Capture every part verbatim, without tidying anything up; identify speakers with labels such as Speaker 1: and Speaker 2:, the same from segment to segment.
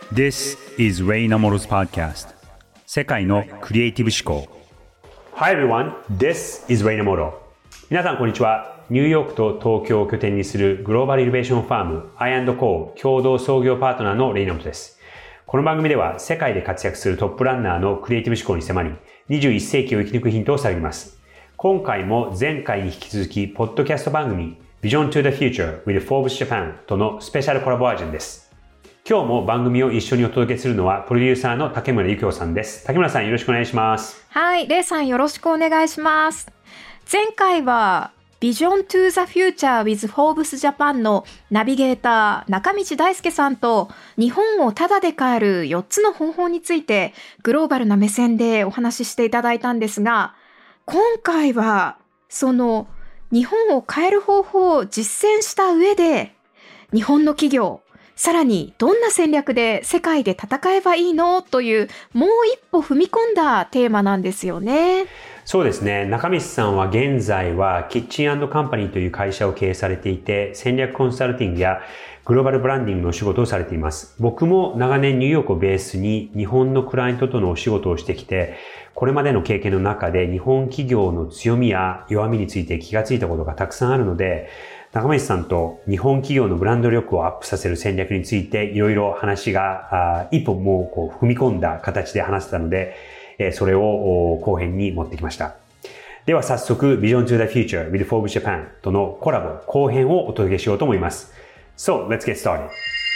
Speaker 1: This is Ray Namoro's podcast. 世界のクリエイティブ思考。Hi everyone, this is Ray Namoro. 皆さんこんにちは。ニューヨークと東京を拠点にするグローバルイノベーションファーム アイアンドコー 共同創業パートナーのレイナモトです。この番組では世界で活躍するトップランナーのクリエイティブ思考に迫り、にじゅういっ世紀を生き抜くヒントを探ります。今回も前回に引き続き、ポッドキャスト番組 Vision to the Future with Forbes Japan とのスペシャルコラボバージョンです。今日も番組を一緒にお届けするのはプロデューサーの竹村幸雄さんです。竹村さんよろしくお願いします。
Speaker 2: はい、レイさんよろしくお願いします。前回は Vision to the Future with Forbes Japan のナビゲーター中道大輔さんと日本をタダで買えるよっつの方法についてグローバルな目線でお話ししていただいたんですが、今回はその日本を変える方法を実践した上で日本の企業さらにどんな戦略で世界で戦えばいいのというもう一歩踏み込んだテーマなんですよね。
Speaker 1: そうですね。中道さんは現在はキッチン&カンパニーという会社を経営されていて、戦略コンサルティングやグローバルブランディングのお仕事をされています。僕も長年ニューヨークをベースに日本のクライアントとのお仕事をしてきて、これまでの経験の中で日本企業の強みや弱みについて気がついたことがたくさんあるので、中道さんと日本企業のブランド力をアップさせる戦略についていろいろ話が一歩もうこう踏み込んだ形で話せたので、それを後編に持ってきました。では早速 Vision to the Future with Forbes Japan とのコラボ後編をお届けしようと思います。So, let's get started.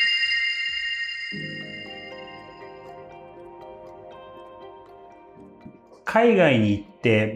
Speaker 1: 海外に行って、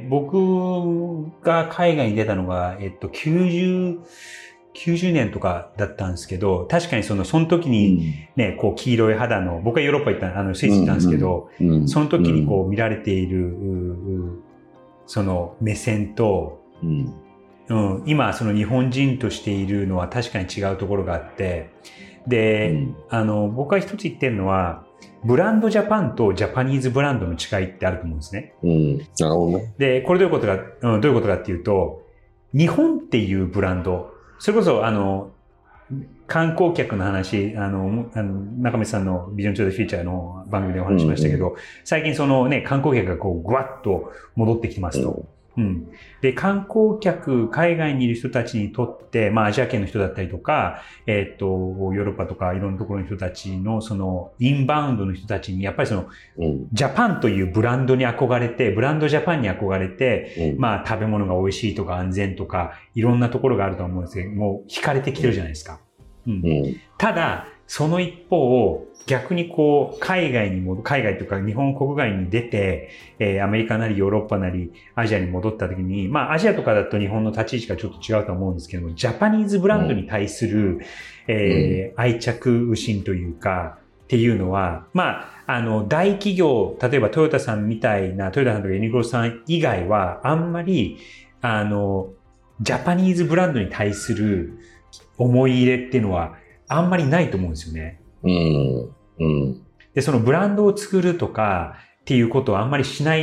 Speaker 1: 僕が海外に出たのが、えっと、きゅうじゅう、きゅうじゅうねんとかだったんですけど、確かにその、その時にね、こう、黄色い肌の、僕はヨーロッパ行った、あの、スイス行ったんですけど、その時にこう、見られている、その目線と、うんうん、今、その日本人としているのは確かに違うところがあって、で、うん、あの、僕が一つ言ってるのは、ブランドジャパンとジャパニーズブランドの違いってあると思うんですね。
Speaker 3: うん。なるほどね。
Speaker 1: で、これどういうことか、うん、どういうことかっていうと、日本っていうブランド、それこそ、あの、観光客の話、あの、あの中道さんのビジョントゥーザフューチャーの番組でお話しましたけど、うんうん、最近そのね、観光客がこう、ぐわっと戻ってきてますと。うんうん。で、観光客、海外にいる人たちにとって、まあ、アジア圏の人だったりとか、えっと、ヨーロッパとかいろんなところの人たちの、その、インバウンドの人たちに、やっぱりその、うん、ジャパンというブランドに憧れて、ブランドジャパンに憧れて、うん、まあ、食べ物が美味しいとか安全とか、いろんなところがあると思うんですけど、もう、惹かれてきてるじゃないですか。うん。うん、ただ、その一方、逆にこう、海外にも、海外というか日本国外に出て、えー、アメリカなりヨーロッパなりアジアに戻った時に、まあアジアとかだと日本の立ち位置がちょっと違うと思うんですけども、ジャパニーズブランドに対する、うん、えー、愛着心というか、っていうのは、まあ、あの、大企業、例えばトヨタさんみたいな、トヨタさんとかユニクロさん以外は、あんまり、あの、ジャパニーズブランドに対する思い入れっていうのは、あんまりないと思うんですよね。
Speaker 3: うんうん、
Speaker 1: で、そのブランドを作るとかっていうことはあんまりしない、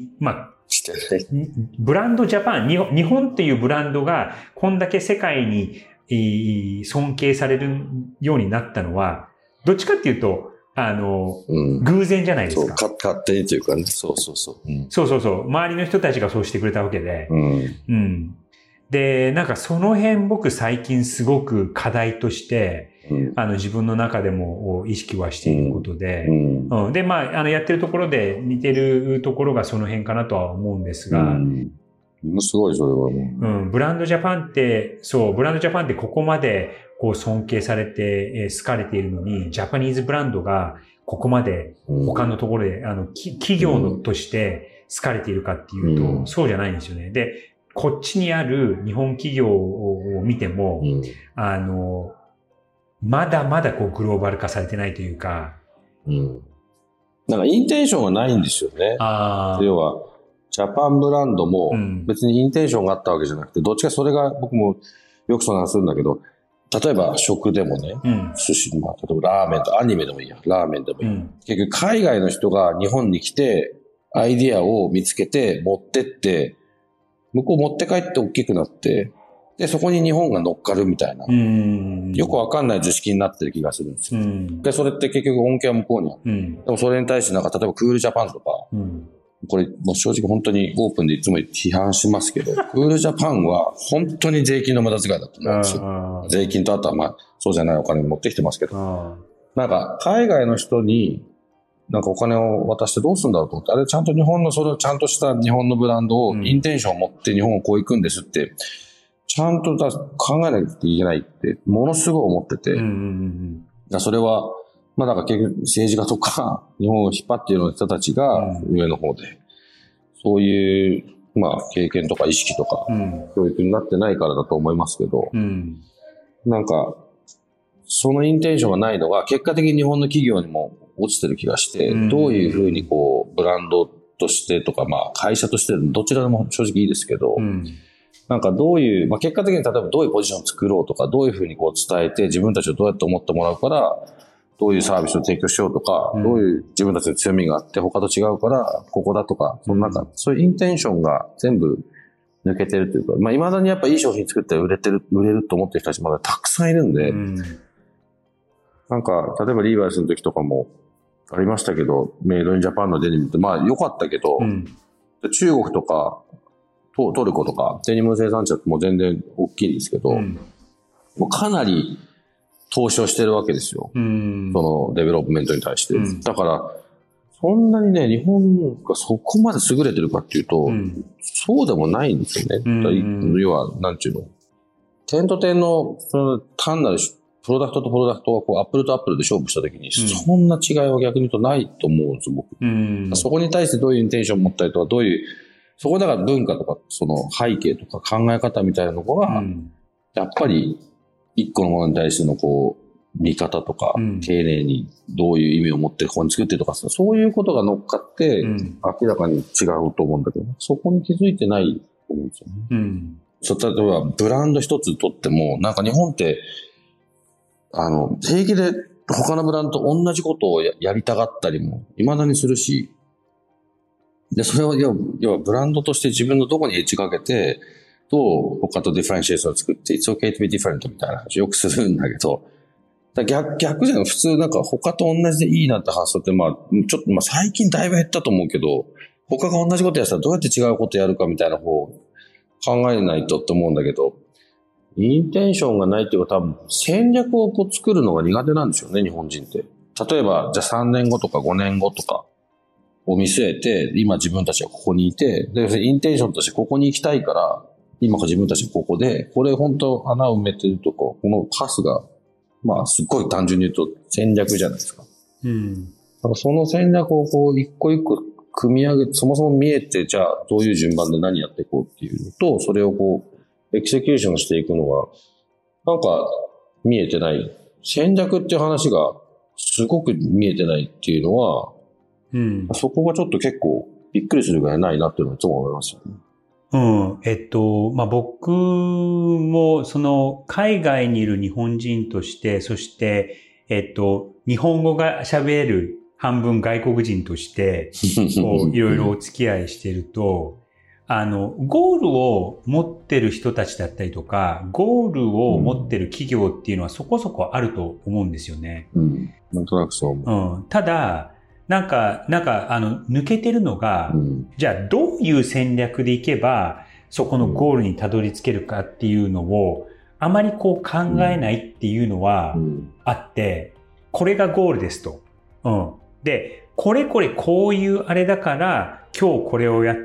Speaker 1: まあ、
Speaker 3: してない。
Speaker 1: ブランドジャパン、日本、日本っていうブランドがこんだけ世界に尊敬されるようになったのは、どっちかっていうと、あの、うん、偶然じゃないですか。
Speaker 3: そう、勝手にというかね。そうそうそう。うん、
Speaker 1: そうそうそう。周りの人たちがそうしてくれたわけで。
Speaker 3: うん。
Speaker 1: うんで、なんかその辺僕最近すごく課題として、うん、あの自分の中でも意識はしていることで、うんうん、で、まあ、あのやってるところで似てるところがその辺かなとは思うんですが、うん、
Speaker 3: すごいそれはもう、
Speaker 1: うん。ブランドジャパンって、そう、ブランドジャパンってここまでこう尊敬されて、えー、好かれているのに、ジャパニーズブランドがここまで他のところで、あの、企業のとして好かれているかっていうと、そうじゃないんですよね。で、こっちにある日本企業を見ても、うん、あの、まだまだこうグローバル化されてないというか。
Speaker 3: うん。なんかインテンションがないんですよね。
Speaker 1: あ
Speaker 3: 要は、ジャパンブランドも別にインテンションがあったわけじゃなくて、どっちかそれが僕もよくその話するんだけど、例えば食でもね、うん、寿司、まあ、例えばラーメンとアニメでもいいや、ラーメンでもいい。うん、結局海外の人が日本に来て、アイディアを見つけて持ってって、向こう持って帰って大きくなって、 で、そこに日本が乗っかるみたいな。
Speaker 1: うん、
Speaker 3: よくわかんない図式になってる気がするんですよ。
Speaker 1: うん、
Speaker 3: で、それって結局恩恵は向こうにある。
Speaker 1: うん、
Speaker 3: でもそれに対してなんか、例えばクールジャパンとか、
Speaker 1: うん、
Speaker 3: これもう正直本当にオープンでいつも批判しますけど、クールジャパンは本当に税金の無駄遣いだと思うんですよ。税金とあとはまあ、そうじゃないお金持ってきてますけど。なんか、海外の人に、なんかお金を渡してどうするんだろうと思って、あれちゃんと日本の、それをちゃんとした日本のブランドを、インテンションを持って日本をこう行くんですって、ちゃんとだ考えなきゃいけないって、ものすごい思ってて、うんうんうんうん、それは、まあだから結局政治家とか、日本を引っ張っている人たちが上の方で、うん、そういう、まあ経験とか意識とか、教育になってないからだと思いますけど、うん、なんか、そのインテンションがないのが、結果的に日本の企業にも落ちてる気がして、うん、どういうふうにこう、ブランドとしてとか、まあ会社としてどちらでも正直いいですけど、うん、なんかどういう、まあ結果的に例えばどういうポジションを作ろうとか、どういうふうにこう伝えて自分たちをどうやって思ってもらうから、どういうサービスを提供しようとか、うん、どういう自分たちの強みがあって他と違うから、ここだとか、そのなんか、そういうインテンションが全部抜けてるというか、まあ未だにやっぱいい商品作って売れてる、売れると思ってる人たちまだたくさんいるんで、うん、なんか、例えばリーバイスの時とかもありましたけど、メイドインジャパンのデニムってまあ良かったけど、うん、中国とかト、トルコとかデニムの生産地はもう全然大きいんですけど、うん、もうかなり投資をしてるわけですよ。うん、そのデベロップメントに対して。うん、だから、そんなにね、日本がそこまで優れてるかっていうと、うん、そうでもないんですよね。うん、要は、なんちゅうの。点と点の、その単なるプロダクトとプロダクトがこうアップルとアップルで勝負したときに、うん、そんな違いは逆に言うとないと思うんですよ、僕。うん、そこに対してどういうインテンションを持ったりとか、どういう、そこだから文化とか、その背景とか考え方みたいなのが、うん、やっぱり一個のものに対してのこう、見方とか、うん、丁寧にどういう意味を持ってここに作ってとか、そういうことが乗っかって、うん、明らかに違うと思うんだけど、そこに気づいてないと思うんですよね。うん、そう、例えばブランド一つとっても、なんか日本って、あの、平気で他のブランドと同じことを や, やりたがったりも未だにするし、で、それは要は、要はブランドとして自分のどこにエッジかけて、どう他とディファレンシエーションを作って、It's okay to be different みたいな話をよくするんだけど、だ逆、逆じゃん。普通なんか他と同じでいいなって発想って、まあ、ちょっと、まあ最近だいぶ減ったと思うけど、他が同じことやったらどうやって違うことやるかみたいな方を考えないとって思うんだけど、インテンションがないっていうか多分戦略をこう作るのが苦手なんでしょうね、日本人って。例えば、じゃあさんねんごとかごねんごとかを見据えて、今自分たちはここにいて、で、インテンションとしてここに行きたいから、今自分たちはここで、これ本当穴を埋めてるとこ、このパスが、まあすっごい単純に言うと戦略じゃないですか。うん。だからその戦略をこう一個一個組み上げて、そもそも見えて、じゃあどういう順番で何やっていこうっていうのと、それをこう、エクセキューションしていくのが、なんか見えてない。戦略っていう話がすごく見えてないっていうのは、うん、そこがちょっと結構びっくりするぐらいないなっていうのはいつも思いますよね。
Speaker 1: うん。えっと、まあ、僕もその海外にいる日本人として、そして、えっと、日本語が喋れる半分外国人として、こういろいろお付き合いしてると、あの、ゴールを持ってる人たちだったりとか、ゴールを持ってる企業っていうのはそこそこあると思うんですよね。
Speaker 3: うん。なんとなくそう思
Speaker 1: う。うん。ただ、なんか、なんか、あの、抜けてるのが、うん、じゃあどういう戦略でいけば、そこのゴールにたどり着けるかっていうのを、あまりこう考えないっていうのはあって、これがゴールですと。うん。で、これこれこういうあれだから、今日これをやって、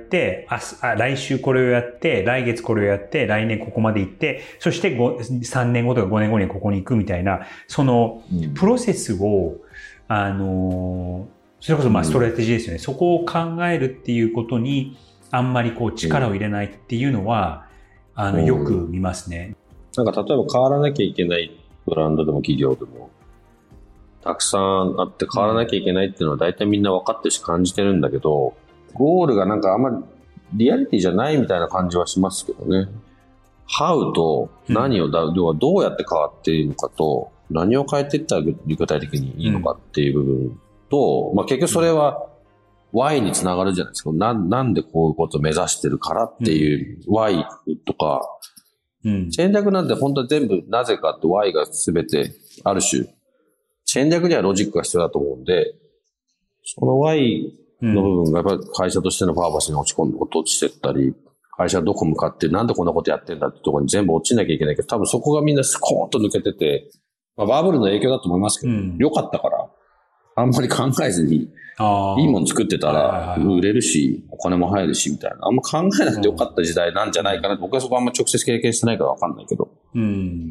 Speaker 1: 明日、あ、来週これをやって、来月これをやって、来年ここまで行って、そしてさんねんごとかごねんごにここに行くみたいな、その、プロセスを、あの、それこそまあストラテジーですよね。そこを考えるっていうことに、あんまりこう力を入れないっていうのは、あの、よく見ますね。
Speaker 3: なんか例えば変わらなきゃいけないブランドでも企業でも、たくさんあって変わらなきゃいけないっていうのは大体みんな分かってるし感じてるんだけど、ゴールがなんかあんまりリアリティじゃないみたいな感じはしますけどね。How と何をだ、要はどうやって変わっているのかと、何を変えていったら具体的にいいのかっていう部分と、まあ結局それは Why につながるじゃないですか。な、なんでこういうことを目指してるからっていう Why とか、
Speaker 1: うん、
Speaker 3: 戦略なんて本当に全部なぜかって Y が全てある種、戦略にはロジックが必要だと思うんで、その Y の部分がやっぱり会社としてのパーパスに落ち込んで落ちてったり、会社どこ向かってなんでこんなことやってんだってところに全部落ちなきゃいけないけど、多分そこがみんなスコーンと抜けてて、まあ、バブルの影響だと思いますけど、うん、良かったから、あんまり考えずに、いいもの作ってたら売れるし、お金も入るしみたいな。あんま考えなくて良かった時代なんじゃないかな。僕はそこあんま直接経験してないからわかんないけど。
Speaker 1: うん、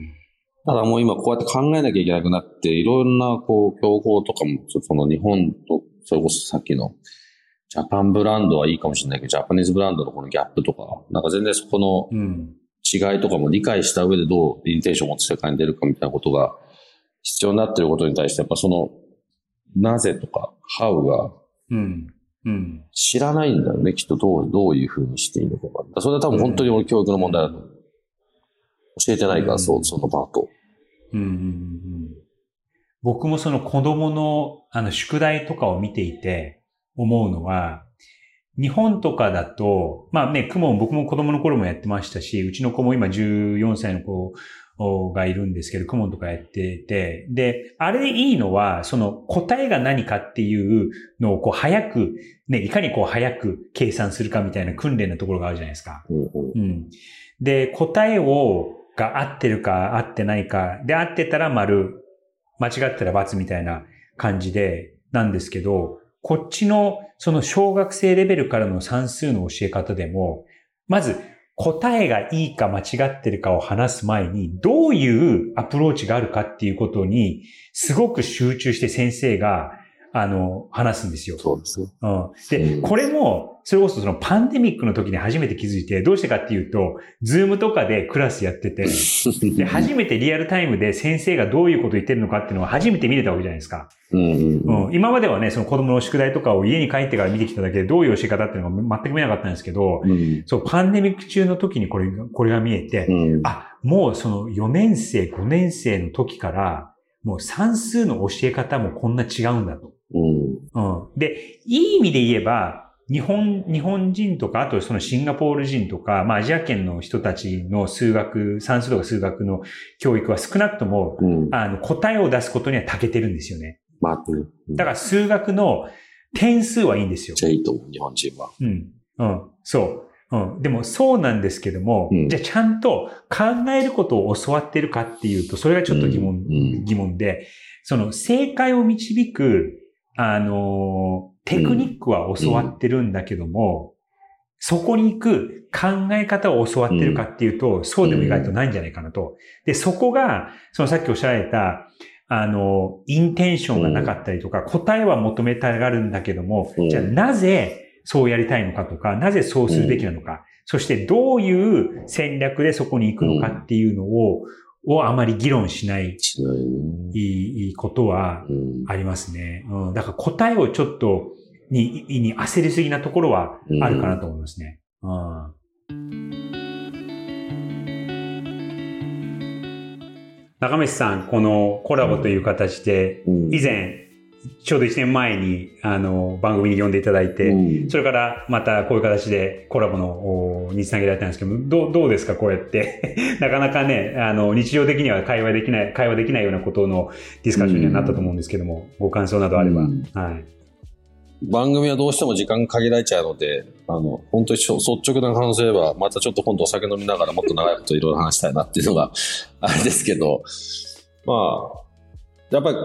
Speaker 3: ただもう今こうやって考えなきゃいけなくなって、いろんなこう競合とかも、その日本と、それこそさっきのジャパンブランドはいいかもしれないけど、ジャパニーズブランドのこのギャップとか、なんか全然そこの違いとかも理解した上でどうインテンションを持つ世界に出るかみたいなことが必要になっていることに対して、やっぱその、なぜとか、how が、知らないんだよね、きっとどう、どういう風にしていいのかが。それは多分本当に俺教育の問題だと思う。教えてないから、そう、そのパート。
Speaker 1: うんうんうん、僕もその子供の、あの、宿題とかを見ていて思うのは、日本とかだと、まあね、クモン僕も子供の頃もやってましたし、うちの子も今じゅうよんさいの子がいるんですけど、クモンとかやってて、で、あれでいいのは、その答えが何かっていうのをこう早く、ね、いかにこう早く計算するかみたいな訓練のところがあるじゃないですか。
Speaker 3: うん
Speaker 1: うん、で、答えを、が合ってるか合ってないか、で合ってたら丸、間違ってたら×みたいな感じで、なんですけど、こっちのその小学生レベルからの算数の教え方でも、まず答えがいいか間違ってるかを話す前に、どういうアプローチがあるかっていうことに、すごく集中して先生が、あの、話すんですよ。
Speaker 3: そうですね。
Speaker 1: うん。で、これも、それこそそのパンデミックの時に初めて気づいて、どうしてかっていうと、ズームとかでクラスやってて、で、初めてリアルタイムで先生がどういうこと言ってるのかっていうのを初めて見れたわけじゃないですか。
Speaker 3: うんうん
Speaker 1: うん、今まではね、その子供の宿題とかを家に帰ってから見てきただけで、どういう教え方っていうのが全く見えなかったんですけど、
Speaker 3: うん、
Speaker 1: そう、パンデミック中の時にこれ、これが見えて、
Speaker 3: うん、
Speaker 1: あ、もうそのよねん生、ごねん生の時から、もう算数の教え方もこんな違うんだと。
Speaker 3: うん
Speaker 1: うん、で、いい意味で言えば、日本、日本人とか、あとそのシンガポール人とか、まあアジア圏の人たちの数学、算数とか数学の教育は少なくとも、
Speaker 3: うん、
Speaker 1: あの、答えを出すことには長けてるんですよね。
Speaker 3: まあ、うん、
Speaker 1: だから数学の点数はいいんですよ。
Speaker 3: じゃあいいと思う、日本人は。
Speaker 1: うん。うん。そう。うん。でもそうなんですけども、
Speaker 3: うん、
Speaker 1: じゃあちゃんと考えることを教わってるかっていうと、それがちょっと疑問、
Speaker 3: うん、
Speaker 1: 疑問で、その正解を導く、あの、テクニックは教わってるんだけども、うん、そこに行く考え方を教わってるかっていうと、うん、そうでも意外とないんじゃないかなと。で、そこが、そのさっきおっしゃられた、あの、インテンションがなかったりとか、うん、答えは求めたがるんだけども、うん、じゃあなぜそうやりたいのかとか、なぜそうするべきなのか、うん、そしてどういう戦略でそこに行くのかっていうのを、をあまり議論しないいいことはありますね。うん、だから答えをちょっとに、に焦りすぎなところはあるかなと思いますね。うんうん中道さん、このコラボという形で、以前、ちょうどいちねんまえに、あの、番組に呼んでいただいて、うん、それからまたこういう形でコラボの、につなげられたんですけど、どう、どうですかこうやって。なかなかね、あの、日常的には会話できない、会話できないようなことのディスカッションにはなったと思うんですけども、うん、ご感想などあれば。うん、はい。
Speaker 3: 番組はどうしても時間限られちゃうので、あの、本当に率直な感想言えば、またちょっと今度お酒飲みながらもっと長いこといろいろ話したいなっていうのがあれですけど、まあ、やっぱり、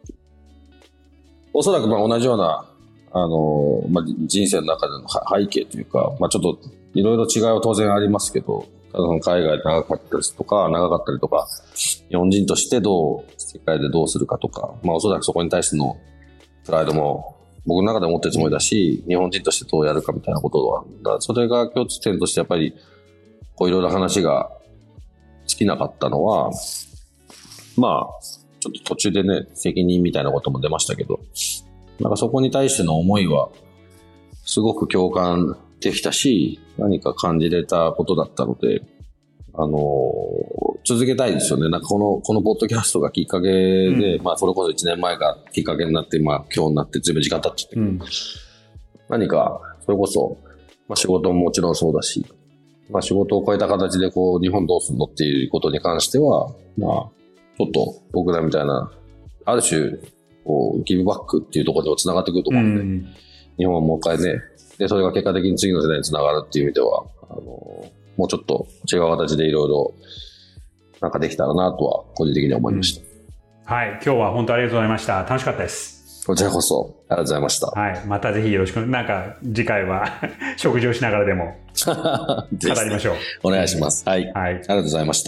Speaker 3: おそらくまあ同じような、あの、まあ、人生の中での背景というか、まあちょっといろいろ違いは当然ありますけど、ただその海外で長かったりとか、長かったりとか、日本人としてどう、世界でどうするかとか、まあおそらくそこに対してのプライドも僕の中で持ってるつもりだし、日本人としてどうやるかみたいなことは、だそれが共通点としてやっぱり、こういろいろ話が尽きなかったのは、まあ、ちょっと途中でね、責任みたいなことも出ましたけど、なんかそこに対しての思いは、すごく共感できたし、何か感じれたことだったので、あのー、続けたいですよね。なんかこの、このポッドキャストがきっかけで、うん、まあそれこそいちねんまえがきっかけになって、まあ今日になって随分時間経っちゃったけど、うん、何か、それこそ、まあ仕事ももちろんそうだし、 まあ仕事を超えた形でこう日本どうするのっていうことに関しては、まあちょっと僕らみたいな、ある種、こうギブバックっていうところにもつながってくると思うので、うん、日本はもう一回ね、で、それが結果的に次の世代につながるっていう意味では、あの、もうちょっと違う形でいろいろなんかできたらなとは個人的には思いました。
Speaker 1: うん、はい、今日は本当ありがとうございました。楽しかったです。
Speaker 3: こちらこそありがとうございました。
Speaker 1: はい、またぜひよろしく。なんか次回は食事をしながらでも語りましょう。
Speaker 3: お願いします。はい、はい。ありがとうございました。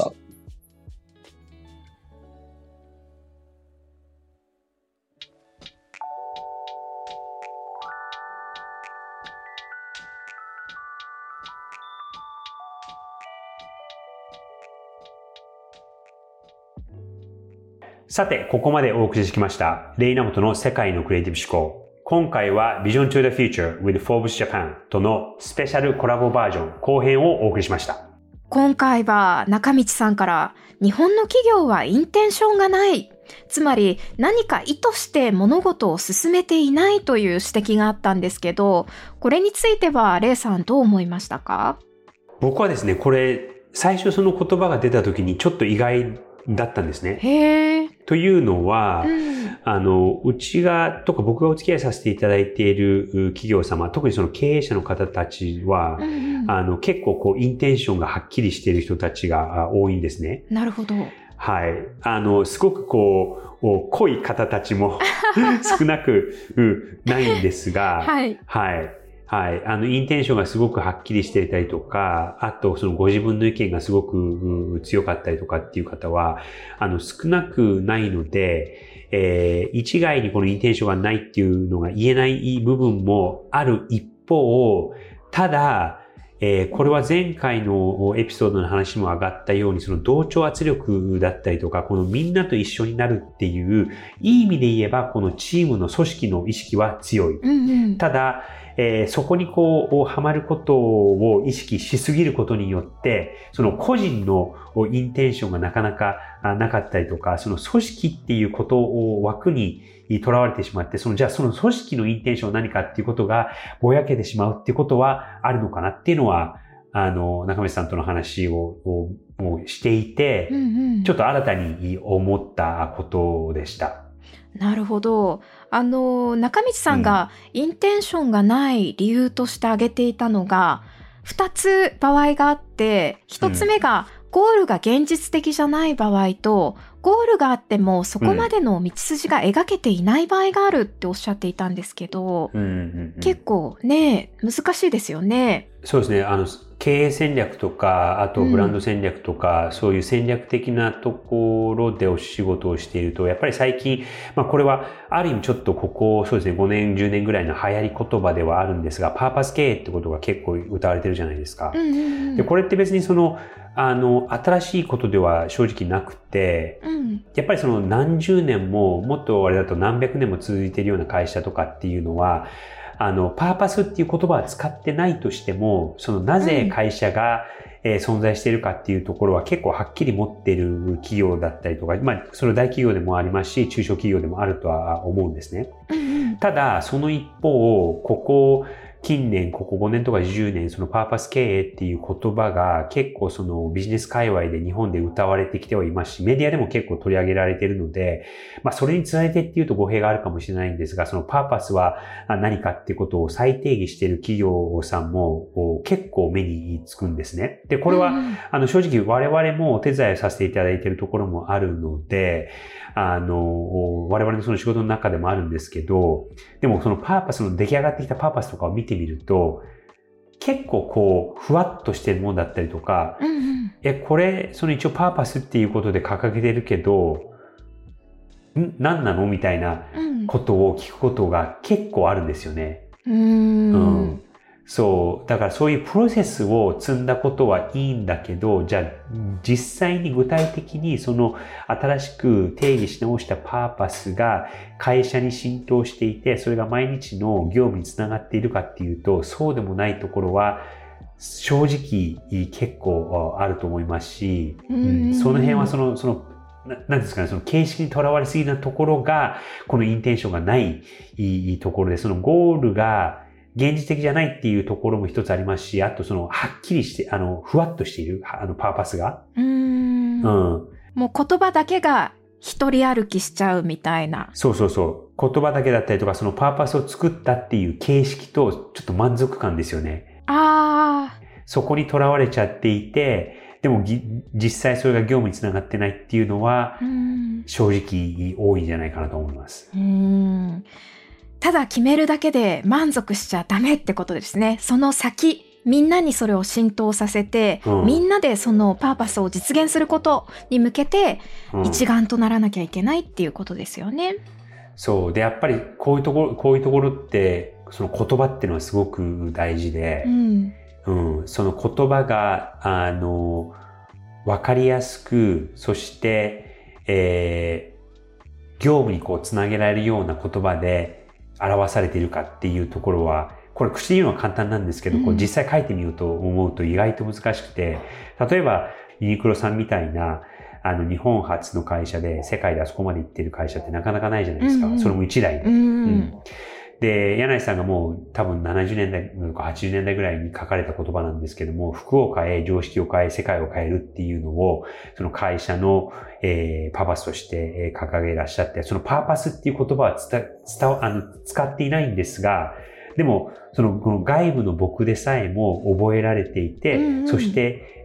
Speaker 1: さて、ここまでお送りしてきました。レイナモトの世界のクリエイティブ思考。今回は Vision to the Future with Forbes Japan とのスペシャルコラボバージョン後編をお送りしました。
Speaker 2: 今回は中道さんから日本の企業はインテンションがない。つまり何か意図して物事を進めていないという指摘があったんですけど、これについてはレイさんどう思いましたか？
Speaker 1: 僕はですね、これ最初その言葉が出た時にちょっと意外だったんですね。
Speaker 2: へー。
Speaker 1: というのは、
Speaker 2: うん、
Speaker 1: あの、うちが、とか僕がお付き合いさせていただいている企業様、特にその経営者の方たちは、
Speaker 2: うんうん、
Speaker 1: あの、結構こう、インテンションがはっきりしている人たちが多いんですね。
Speaker 2: なるほど。
Speaker 1: はい。あの、すごくこう、濃い方たちも少なく、うん、ないんですが、
Speaker 2: はい。
Speaker 1: はい。はい。あの、インテンションがすごくはっきりしていたりとか、あと、そのご自分の意見がすごく強かったりとかっていう方は、あの、少なくないので、えー、一概にこのインテンションがないっていうのが言えない部分もある一方、ただ、えー、これは前回のエピソードの話も上がったように、その同調圧力だったりとか、このみんなと一緒になるっていう、いい意味で言えば、このチームの組織の意識は強い。
Speaker 2: うんうん、
Speaker 1: ただ、えー、そこにこう、はまることを意識しすぎることによって、その個人のインテンションがなかなかなかったりとか、その組織っていうことを枠にとらわれてしまって、その、じゃあその組織のインテンションは何かっていうことがぼやけてしまうっていうことはあるのかなっていうのは、あの、中道さんとの話を、を、をしていて、
Speaker 2: うんうん、
Speaker 1: ちょっと新たに思ったことでした。
Speaker 2: なるほど。あの、中道さんがインテンションがない理由として挙げていたのが、二つ場合があって、一つ目がゴールが現実的じゃない場合と、ゴールがあってもそこまでの道筋が描けていない場合があるっておっしゃっていたんですけど、
Speaker 1: うんうんうん、
Speaker 2: 結構ね、難しいですよね。
Speaker 1: そうですね。あの、経営戦略とか、あとブランド戦略とか、うん、そういう戦略的なところでお仕事をしていると、やっぱり最近、まあこれはある意味ちょっとここ、そうですね、ごねん、じゅうねんぐらいの流行り言葉ではあるんですが、パーパス経営ってことが結構歌われてるじゃないですか。
Speaker 2: うんうんうん、
Speaker 1: で、これって別にその、あの、新しいことでは正直なくて、
Speaker 2: うん、
Speaker 1: やっぱりその何十年も、もっとあれだと何百年も続いているような会社とかっていうのは、あの、パーパスっていう言葉は使ってないとしても、そのなぜ会社が、うん、えー、存在しているかっていうところは結構はっきり持っている企業だったりとか、まあ、それ大企業でもありますし、中小企業でもあるとは思うんですね。
Speaker 2: うんうん、
Speaker 1: ただ、その一方、ここ、近年、ここごねんとかじゅうねん、そのパーパス経営っていう言葉が結構そのビジネス界隈で日本で歌われてきてはいますし、メディアでも結構取り上げられているので、まあそれにつられてっていうと語弊があるかもしれないんですが、そのパーパスは何かっていうことを再定義している企業さんも結構目につくんですね。で、これは、あの正直我々もお手伝いをさせていただいているところもあるので、あの、我々のその仕事の中でもあるんですけど、でもそのパーパスの出来上がってきたパーパスとかを見てみると、結構こう、ふわっとしてるものだったりとか、
Speaker 2: うんうん、
Speaker 1: え、これ、その一応パーパスっていうことで掲げてるけど、ん何なのみたいなことを聞くことが結構あるんですよね。
Speaker 2: うーん、うん、
Speaker 1: そう。だからそういうプロセスを積んだことはいいんだけど、じゃあ実際に具体的にその新しく定義し直したパーパスが会社に浸透していて、それが毎日の業務につながっているかっていうと、そうでもないところは正直結構あると思いますし、うん、その辺はその、その、なんですかね、その形式にとらわれすぎなところが、このインテンションがないところで、そのゴールが現実的じゃないっていうところも一つありますし、あとその、はっきりして、あの、ふわっとしている、あの、パーパスが。
Speaker 2: うーん。うん。もう言葉だけが一人歩きしちゃうみたいな。
Speaker 1: そうそうそう。言葉だけだったりとか、そのパーパスを作ったっていう形式と、ちょっと満足感ですよね。
Speaker 2: ああ。
Speaker 1: そこにとらわれちゃっていて、でも実際それが業務につながってないっていうのは、正直多いんじゃないかなと思います。
Speaker 2: うーん。ただ決めるだけで満足しちゃダメってことですね。その先、みんなにそれを浸透させて、うん、みんなでそのパーパスを実現することに向けて、一丸とならなきゃいけないっていうことですよね。うん、
Speaker 1: そう。で、やっぱりこういうところ、こういうところって、その言葉っていうのはすごく大事で、うんうん、その言葉が、あの、わかりやすく、そして、えー、業務にこうつなげられるような言葉で表されているかっていうところは、これ口で言うのは簡単なんですけど、うん、こう実際書いてみようと思うと意外と難しくて、例えばユニクロさんみたいな、あの日本初の会社で世界であそこまで行ってる会社ってなかなかないじゃないですか。うんうん、それも一台で。うんうんで、柳井さんがもう多分ななじゅうねんだいとかはちじゅうねんだいぐらいに書かれた言葉なんですけども、服を変え、常識を変え、世界を変えるっていうのを、その会社の、えー、パーパスとして掲げらっしゃって、そのパーパスっていう言葉は伝、伝あの使っていないんですが、でも、その、この外部の僕でさえも覚えられていて、うんうん、そして、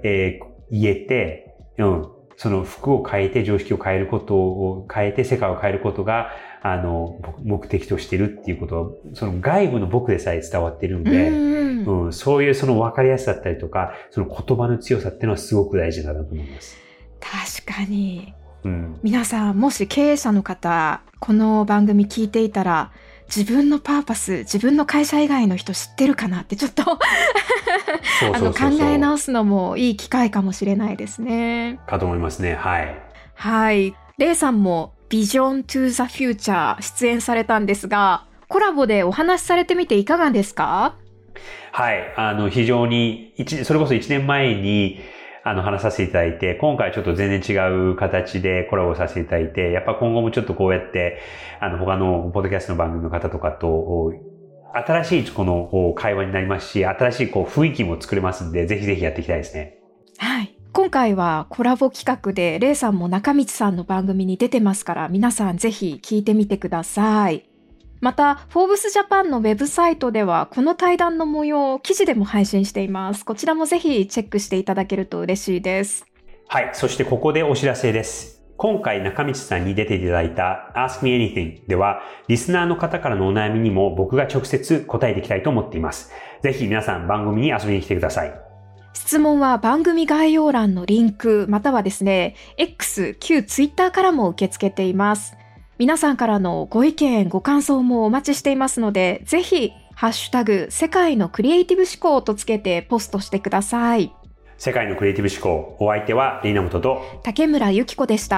Speaker 1: えー、言えて、うん、その服を変えて、常識を変えることを変えて、世界を変えることが、あの、目的としてるっていうことは、その外部の僕でさえ伝わってるので、うんうん、そういうその分かりやすさだったりとか、その言葉の強さっていうのはすごく大事だなと思います。
Speaker 2: 確かに。うん、皆さん、もし経営者の方、この番組聞いていたら、自分のパーパス、自分の会社以外の人知ってるかなってちょっとあの考え直すのもいい機会かもしれないですね。
Speaker 1: かと思いますね。はい。
Speaker 2: はい。レイさんもVision to the Future 出演されたんですが、コラボでお話しされてみていかがですか？
Speaker 1: はい。あの、非常に、それこそいちねんまえに、あの、話させていただいて、今回ちょっと全然違う形でコラボさせていただいて、やっぱ今後もちょっとこうやって、あの、他のポッドキャストの番組の方とかと、新しいこの会話になりますし、新しいこう雰囲気も作れますんで、ぜひぜひやっていきたいですね。
Speaker 2: はい。今回はコラボ企画で、レイさんも中道さんの番組に出てますから、皆さんぜひ聞いてみてください。また、フォーブスジャパンのウェブサイトでは、この対談の模様を記事でも配信しています。こちらもぜひチェックしていただけると嬉しいです。
Speaker 1: はい。そしてここでお知らせです。今回中道さんに出ていただいた Ask Me Anything では、リスナーの方からのお悩みにも僕が直接答えていきたいと思っています。ぜひ皆さん番組に遊びに来てください。
Speaker 2: 質問は番組概要欄のリンク、またはですね、X、旧 Twitter からも受け付けています。皆さんからのご意見、ご感想もお待ちしていますので、ぜひ、ハッシュタグ、世界のクリエイティブ思考とつけてポストしてください。
Speaker 1: 世界のクリエイティブ思考、お相手はリーナモトと
Speaker 2: 竹村ゆき子でした。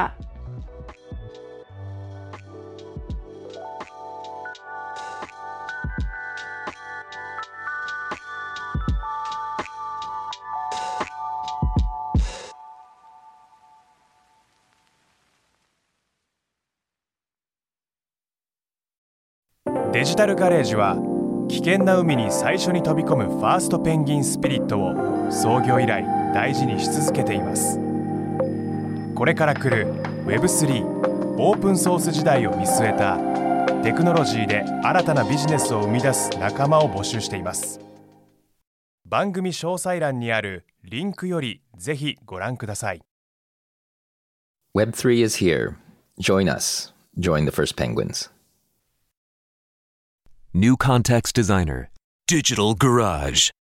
Speaker 4: デジタルガレージは危険な海に最初に飛び込むファーストペンギンスピリットを創業以来大事にし続けています。これから来る ウェブスリー オープンソース時代を見据えたテクノロジーで新たなビジネスを生み出す仲間を募集しています。番組詳細欄にあるリンクよりぜひご覧ください。
Speaker 5: ウェブスリー is here. Join us. Join the first penguins.New Context Designer, Digital Garage.